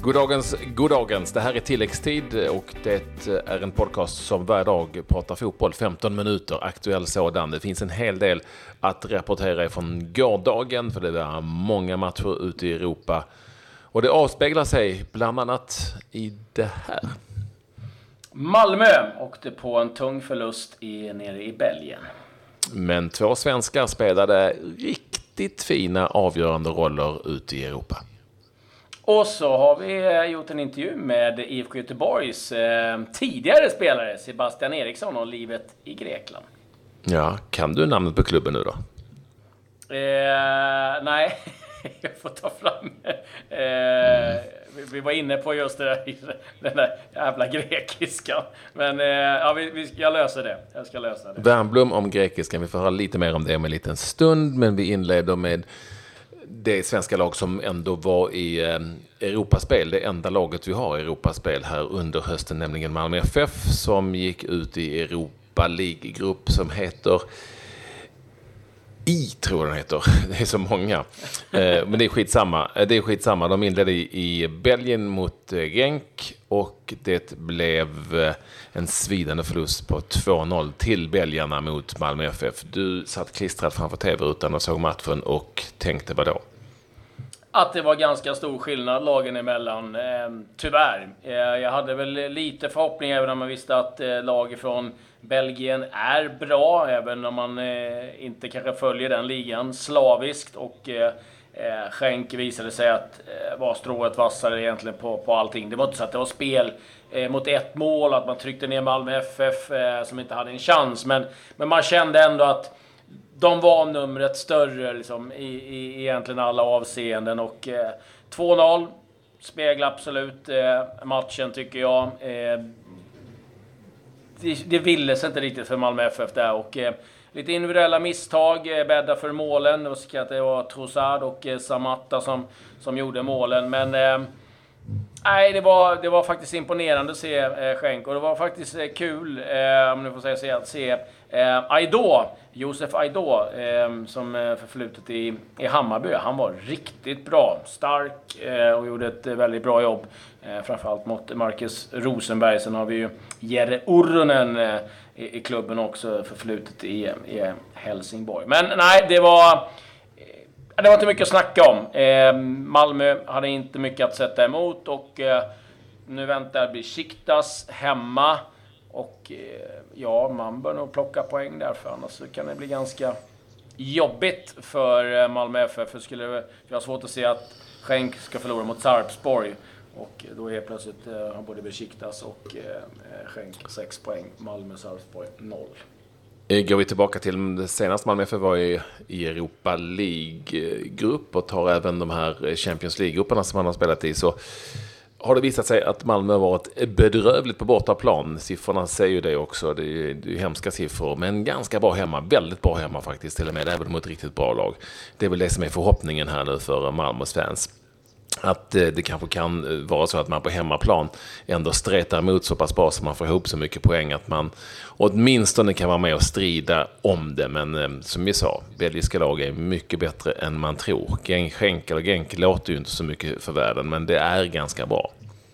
Goddagens. Det här är tilläggstid och det är en podcast som varje dag pratar fotboll, 15 minuter, aktuell sådan. Det finns en hel del att rapportera från gårdagen för det var många matcher ute i Europa. Och det avspeglar sig bland annat i det här. Malmö åkte på en tung förlust nere i Belgien. Men 2 svenskar spelade riktigt fina avgörande roller ute i Europa. Och så har vi gjort en intervju med IFK Göteborgs tidigare spelare Sebastian Eriksson och livet i Grekland. Ja, kan du namnet på klubben nu då? Nej, jag får ta fram. Vi var inne på just den där jävla grekiskan. Men jag löser det. Jag ska lösa det. Värmblom om grekiskan. Vi får höra lite mer om det om en liten stund. Men vi inleder med det svenska lag som ändå var i Europaspel. Det enda laget vi har i Europaspel här under hösten, nämligen Malmö FF, som gick ut i Europa League-grupp som heter tror den heter. Det är så många. Men det är skitsamma. De inledde i Belgien mot Genk och det blev en svidande förlust på 2-0 till belgarna mot Malmö FF. Du satt klistrad framför tv-rutan och såg matchen och tänkte vad då? Att det var ganska stor skillnad lagen emellan, tyvärr. Jag hade väl lite förhoppning även om man visste att lag från Belgien är bra, även om man inte kanske följer den ligan slaviskt. Och Schenk visade sig att var strået vassare egentligen på allting. Det var inte så att det var spel mot ett mål, att man tryckte ner Malmö FF som inte hade en chans. Men man kände ändå att de var numret större liksom, i egentligen alla avseenden. Och 2-0 speglar absolut matchen, tycker jag. Det ville sig inte riktigt för Malmö FF där. Och lite individuella misstag bädda för målen. Det var Trossard och Samatta som gjorde målen. Men nej, det var faktiskt imponerande att se Schenk. Och det var faktiskt kul, om ni får säga att se Josef Aidoo, som förflutet i Hammarby. Han var riktigt bra, stark och gjorde ett väldigt bra jobb. Framförallt mot Marcus Rosenberg. Sen har vi ju Jere Urronen i klubben också, förflutet i Helsingborg. Men nej, det var inte mycket att snacka om. Malmö hade inte mycket att sätta emot och nu väntar Besiktas hemma. Och man bör nog plocka poäng där, för annars kan det bli ganska jobbigt för Malmö FF. För skulle det vara svårt att se att Schenk ska förlora mot Sarpsborg. Och då är plötsligt har både Besiktas och Schenk 6 poäng. Malmö Sarpsborg 0. Går vi tillbaka till det senaste Malmö FF var i Europa League-grupp och tar även de här Champions League-grupperna som man har spelat i, så har det visat sig att Malmö har varit bedrövligt på bortaplan. Siffrorna säger ju det också. Det är hemska siffror, men ganska bra hemma. Väldigt bra hemma faktiskt, till och med, även mot ett riktigt bra lag. Det är väl det som är förhoppningen här nu för Malmös fans. Att det kanske kan vara så att man på hemmaplan ändå stretar emot så pass bra så man får ihop så mycket poäng att man åtminstone kan vara med och strida om det. Men som vi sa, belgiska lag är mycket bättre än man tror. Genk låter ju inte så mycket för världen, men det är ganska bra.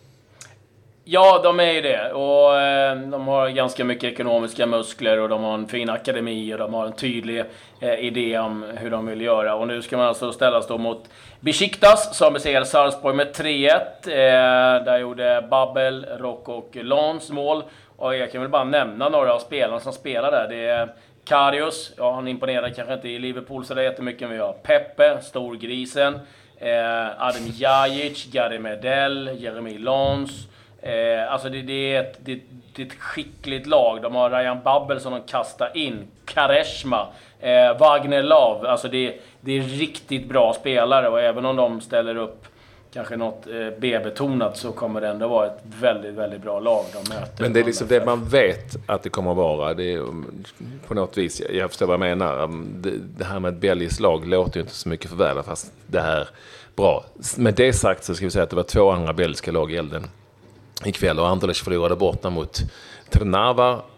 Ja, de är ju det. Och de har ganska mycket ekonomiska muskler och de har en fin akademi och de har en tydlig idé om hur de vill göra. Och nu ska man alltså ställas då mot Besiktas som besegrade Sarpsborg med 3-1. Där gjorde Babel, Rocco och Lans mål. Och jag kan väl bara nämna några av spelarna som spelar där. Det är Karius, han imponerar kanske inte i Liverpool så det är jättemycket, men vi har Peppe, storgrisen, Adem Jajic, Gary Medel, Jeremy Lans. Alltså det är ett skickligt lag. De har Ryan Babel som de kastar in, Kareshma, Wagner Love. Alltså det är riktigt bra spelare, och även om de ställer upp kanske något B-betonat så kommer det ändå vara ett väldigt, väldigt bra lag de möter. Men det är liksom det man vet att det kommer att vara. Det är, på något vis, jag förstår vad jag menar. Det här med ett belgiskt lag låter ju inte så mycket för världen, fast det här bra. Med det sagt så ska vi säga att det var 2 andra belgiska lag i elden ikväll, och Anderlecht förlorade borta mot Trnava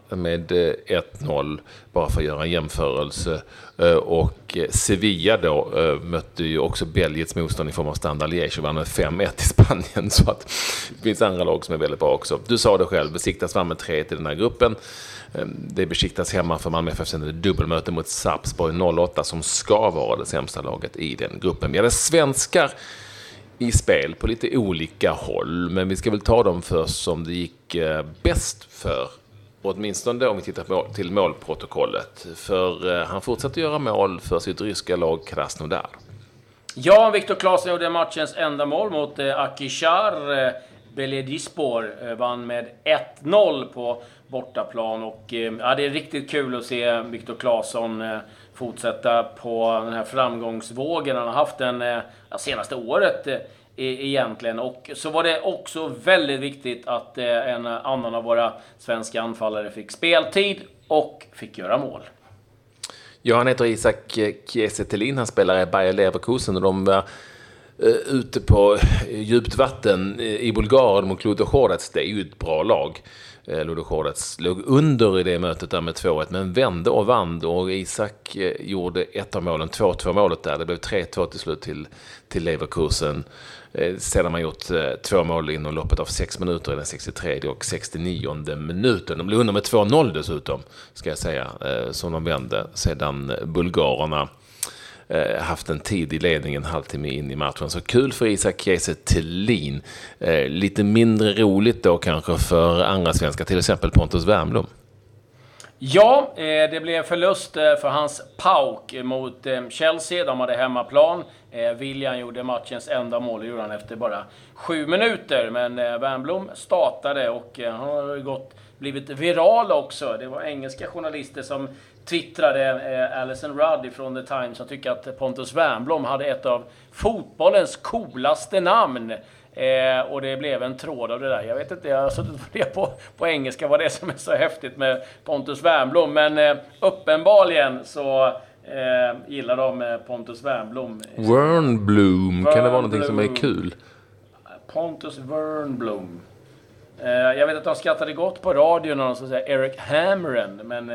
med 1-0, bara för att göra en jämförelse. Och Sevilla då mötte ju också Belgiets motstånd i form av Standard Liège och vann med 5-1 i Spanien. Så att det finns andra lag som är väldigt bra också. Du sa det själv, Besiktas vann med 3-1 i den här gruppen. Det Besiktas hemma för Malmö FF, sen är det dubbelmöte mot Sarpsborg 08 som ska vara det sämsta laget i den gruppen. Vi hade svenskar i spel på lite olika håll, men vi ska väl ta dem först som det gick bäst för. Åtminstone då om vi tittar till målprotokollet. För han fortsatte göra mål för sitt ryska lag Krasnodar. Ja, Viktor Claesson gjorde matchens enda mål mot Akhisar. Belediyspor vann med 1-0 på bortaplan. Och ja, det är riktigt kul att se Viktor Claesson fortsätta på den här framgångsvågen han har haft den senaste året egentligen. Och så var det också väldigt viktigt att en annan av våra svenska anfallare fick speltid och fick göra mål. Ja, han heter Isak Kiese Thelin. Han spelar i Bayer Leverkusen och de var ute på djupt vatten i Bulgarien mot Ludogorets. Det är ju ett bra lag. Ludogorets låg under i det mötet där med 2-1, men vände och vann, och Isak gjorde ett av målen, 2-2 målet där. Det blev 3-2 till slut till Leverkusen. Sedan man gjort 2 mål inom loppet av 6 minuter i den 63 och 69 minuten. De blev under med 2-0 dessutom, ska jag säga, som de vände sedan bulgarerna haft en tid i ledningen en halvtimme in i matchen. Så kul för Isak Kiese Thelin. Lite mindre roligt då kanske för andra svenskar, till exempel Pontus Wernbloom. Ja, det blev förlust för hans PAOK mot Chelsea. De hade hemmaplan. William gjorde matchens enda mål, gjorde han efter bara 7 minuter. Men Wernbloom startade och han har blivit viral också. Det var engelska journalister som twittrade, Alison Rudd från The Times, som tycker att Pontus Wernbloom hade ett av fotbollens coolaste namn. Och det blev en tråd av det där. Jag vet inte, jag har suttit på engelska vad det är som är så häftigt med Pontus Wernbloom. Men uppenbarligen så gillar de Pontus Wernbloom. Wernbloom, kan det vara någonting som är kul? Pontus Wernbloom. Jag vet att de skrattade gott på radion när de så säger Eric Hamren, men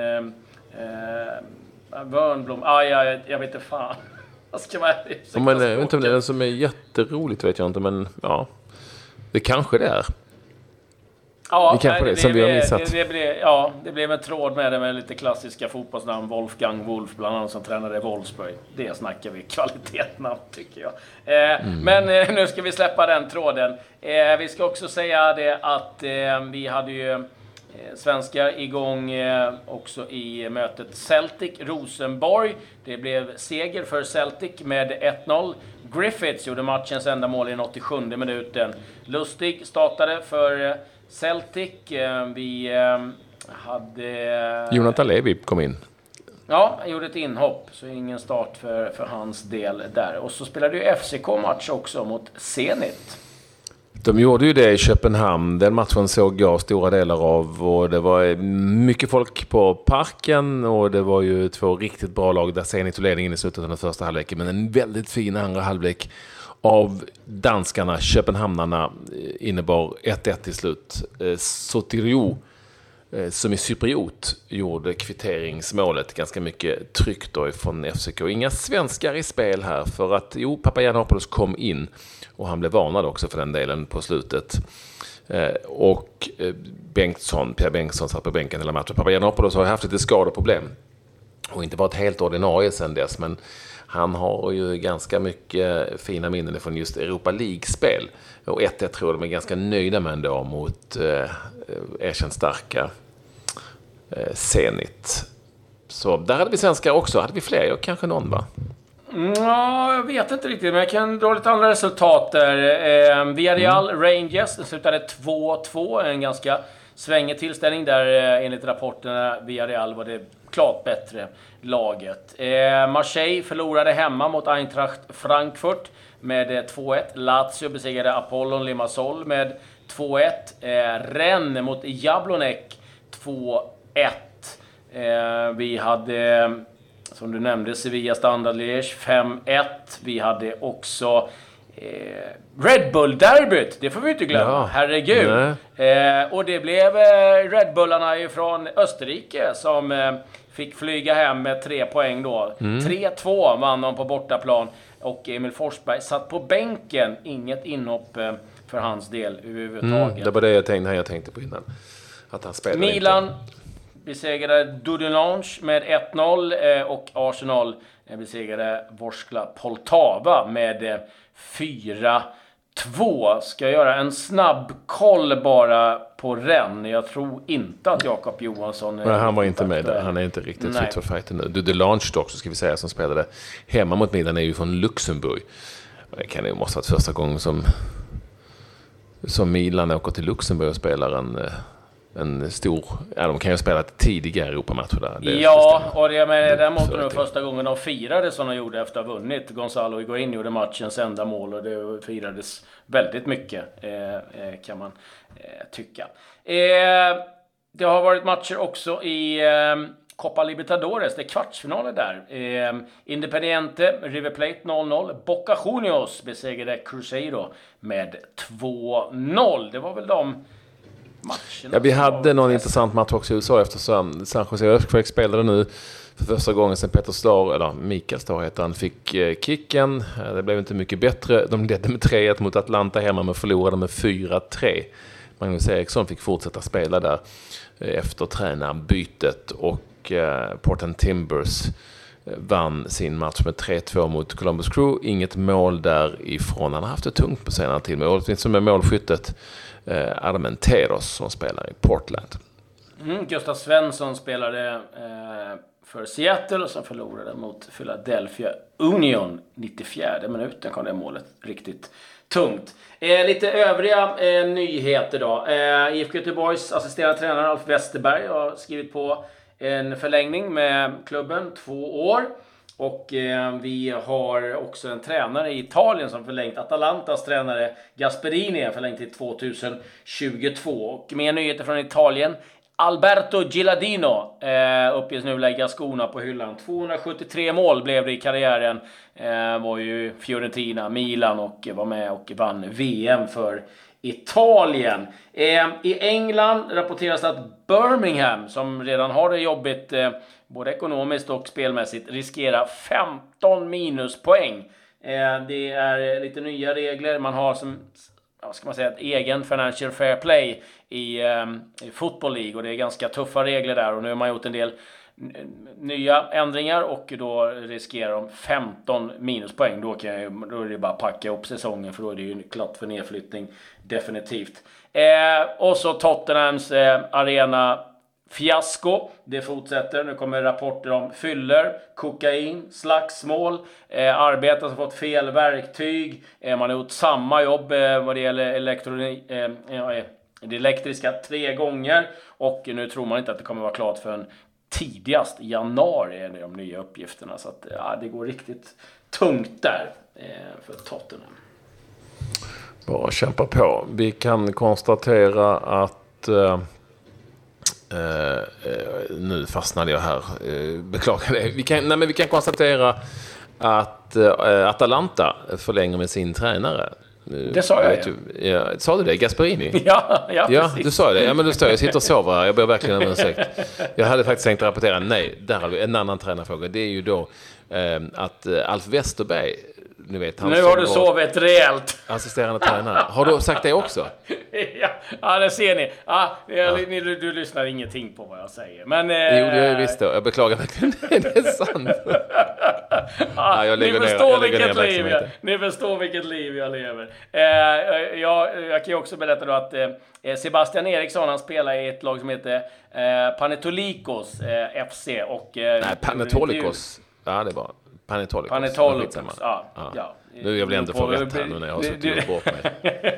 Wernbloom, jag vet inte fan. Jag ska vara men jag vet inte om det är den som är jätteroligt, vet jag inte, men ja, det kanske det är. Ja, det kanske det som vi har missat. Det blev en tråd med det med lite klassiska fotbollsnamn. Wolfgang Wolf bland annat, som tränade i Wolfsburg. Det snackar vi kvalitetsnamn, tycker jag. Men nu ska vi släppa den tråden. Vi ska också säga det att vi hade ju svenskar igång också i mötet Celtic-Rosenborg. Det blev seger för Celtic med 1-0. Griffiths gjorde matchens enda mål i den 87 minuten. Lustig startade för Celtic. Vi hade... Jonathan Levi kom in. Ja, han gjorde ett inhopp, så ingen start för hans del där. Och så spelade ju FCK-match också mot Zenit. De gjorde ju det i Köpenhamn. Den matchen såg jag stora delar av, och det var mycket folk på parken, och det var ju 2 riktigt bra lag där Zenit tog ledningen i slutet av den första halvleken, men en väldigt fin andra halvlek av danskarna. Köpenhamnarna innebar 1-1 till slut. Sotirio, som är cypriot, gjorde kvitteringsmålet. Ganska mycket tryck då från FCK. Inga svenskar i spel här, för att Papagiannopoulos kom in, och han blev varnad också för den delen på slutet. Och Pierre Bengtsson satt på bänken hela matchen. Papagiannopoulos har haft lite skadeproblem och inte varit helt ordinarie sedan dess, men han har ju ganska mycket fina minnen från just Europa League-spel. Och 1-1 tror jag de är ganska nöjda med ändå mot erkänt starka Zenit. Så där hade vi svenskar också. Hade vi fler? Kanske någon, va? Ja, jag vet inte riktigt, men jag kan dra lite andra resultat där. Villarreal Rangers, det slutade 2-2. En ganska svängig tillställning där, enligt rapporterna. Villarreal var det klart bättre laget. Marseille förlorade hemma mot Eintracht Frankfurt med 2-1. Lazio besegrade Apollon Limassol med 2-1. Rennes mot Jablonek 2-1. Vi hade, som du nämnde, Sevilla Standard Liège 5-1. Vi hade också Red Bull-derbyt, det får vi inte glömma. Ja. Herregud. Och det blev Red Bullarna från Österrike som fick flyga hem med 3 poäng då. 3-2 vann de på bortaplan. Och Emil Forsberg satt på bänken. Inget inhopp för hans del överhuvudtaget. Det var det jag tänkte på innan. Att han spelade Milan inte. besegrade Dudelange med 1-0 och Arsenal besegrade Vorskla Poltava med 4-2. Ska jag göra en snabb koll bara på Rennes. Jag tror inte att Jakob Johansson... Nej, han var inte med där. Han är inte riktigt fit för fighten nu. Dudelange dock, så ska vi säga, som spelade hemma mot Milan, är ju från Luxemburg. Det kan ju måste vara första gången som Milan åker till Luxemburg och spelar en stor... Ja, de kan ju spela tidigare Europamatcher där. Och det med den måste nog första gången de firade som de gjorde efter att ha vunnit. Gonzalo Higuain gjorde matchens enda mål och det firades väldigt mycket, kan man tycka. Det har varit matcher också i Copa Libertadores, det är kvartsfinaler där. Independiente, River Plate 0-0. Boca Juniors besegrade Cruzeiro med 2-0. Det var väl de matcherna. Ja, vi hade någon intressant match också i USA eftersom San Jose Earthquakes spelade nu för första gången sen Peter Star, eller Mikael Star heter han, fick kicken. Det blev inte mycket bättre. De ledde med 3-1 mot Atlanta hemma men förlorade med 4-3. Magnus Eriksson fick fortsätta spela där efter tränarbytet och Portland Timbers vann sin match med 3-2 mot Columbus Crew. Inget mål därifrån. Han har haft det tungt på senare tid. Men det finns som är målskyttet Armenteros som spelar i Portland. Gustav Svensson spelade för Seattle och som förlorade mot Philadelphia Union 94 minuten kom det målet riktigt tungt. Lite övriga nyheter då. IFK Göteborgs assisterande tränare Alf Westerberg har skrivit på en förlängning med klubben 2 år. Och vi har också en tränare i Italien som förlängt. Atalantas tränare Gasperini är förlängt till 2022. Och mer nyheter från Italien. Alberto Gilardino uppges nu lägga skorna på hyllan. 273 mål blev det i karriären. Var ju Fiorentina, Milan och var med och vann VM för Italien. I England rapporteras att Birmingham, som redan har det jobbigt både ekonomiskt och spelmässigt, riskerar 15 minuspoäng. Det är lite nya regler. Man har som ska man säga, ett egen financial fair play i Football League och det är ganska tuffa regler där och nu har man gjort en del nya ändringar och då riskerar de 15 minuspoäng. Då är det bara att packa upp säsongen för då är det ju klart för nedflyttning definitivt. Och så Tottenhams arena fiasko, det fortsätter. Nu kommer rapporter om fyller, kokain, slagsmål, arbetare som fått fel verktyg. Man har gjort samma jobb vad det gäller det elektriska 3 gånger och nu tror man inte att det kommer vara klart förrän tidigast i januari är de nya uppgifterna. Så att, det går riktigt tungt där för Tottenham. Bara kämpa på. Vi kan konstatera att nu fastnade jag här. Beklagar det. Vi kan konstatera att Atalanta förlänger med sin tränare. Det sa jag ju. Sa du det? Gasperini? Ja, du sa det. Ja, men du står jag sitter och sover här. Jag ber verkligen om ursäkt. Jag hade faktiskt tänkt rapportera. Nej, där har vi en annan tränarfråga. Det är ju då att Alf Westerberg, ni vet, han nu har du sovit rejält. Assisterande tränare. Har du sagt det också? Ja, det ser ni. Du lyssnar ingenting på vad jag säger. Men, jo, det gör jag visst då. Jag beklagar verkligen. Det är sant. Ni förstår vilket liv jag lever. Jag kan ju också berätta då att Sebastian Eriksson, han spelar i ett lag som heter Panetolikos FC. Nej, Panetolikos. Ja, det var Panetolikos. Ja. Nu jag blir ändå för rätt här nu när jag har suttit bort mig.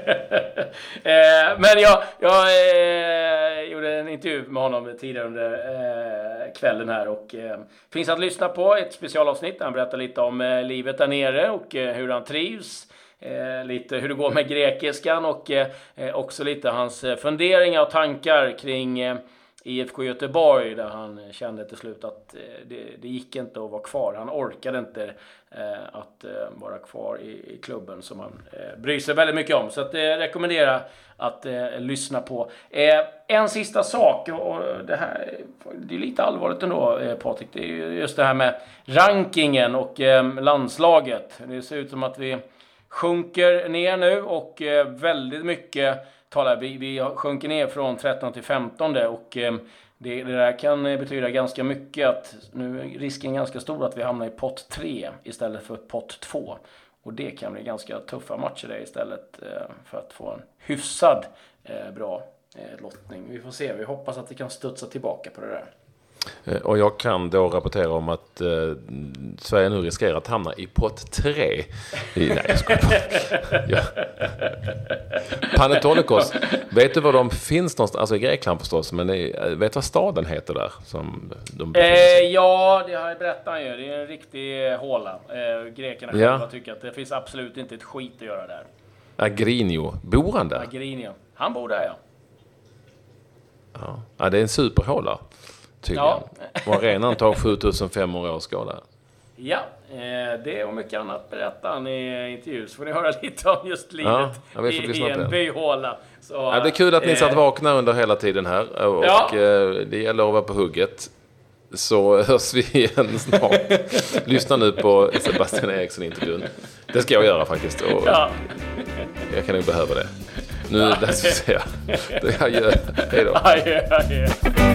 Men jag gjorde en intervju med honom tidigare under kvällen här och finns att lyssna på ett specialavsnitt. Han berättar lite om livet där nere och hur han trivs. Lite hur det går med grekiskan och också lite hans funderingar och tankar kring IFK Göteborg, där han kände till slut att det gick inte att vara kvar. Han orkade inte att vara kvar i klubben som han bryr sig väldigt mycket om. Så att rekommenderar att lyssna på. En sista sak, och det är lite allvarligt ändå, Patrik. Det är just det här med rankingen och landslaget. Det ser ut som att vi sjunker ner nu, och väldigt mycket talar vi sjunker ner från 13 till 15, och det där kan betyda ganska mycket, att nu är risken ganska stor att vi hamnar i pott 3 istället för pott 2. Och det kan bli ganska tuffa matcher där istället för att få en hyfsad bra lottning. Vi får se, vi hoppas att vi kan studsa tillbaka på det där. Och jag kan då rapportera om att Sverige nu riskerar att hamna i pott 3. Nej, jag skojar bara. Ja. Panathinaikos, vet du var de finns någonstans? Alltså i Grekland förstås, men vet du vad staden heter där? Som de ja, det har jag berättat ju. Det är en riktig håla. Grekerna själva tycker att det finns absolut inte ett skit att göra där. Agrinio, bor han där? Agrinio, han bor där, Ja, det är en superhåla. Ja. Och arenan tar 7500 år skada. Ja, det och mycket annat berättar han i intervju. Så får ni höra lite om just livet i en byhåla. Så, det är kul att ni satt vakna under hela tiden här. Och det gäller att vara på hugget. Så hörs vi igen snart. Lyssna nu på Sebastian Eriksson-intervjun. Det ska jag göra faktiskt. Och jag kan nog behöva det. Nu är det dags att säga. Hej då.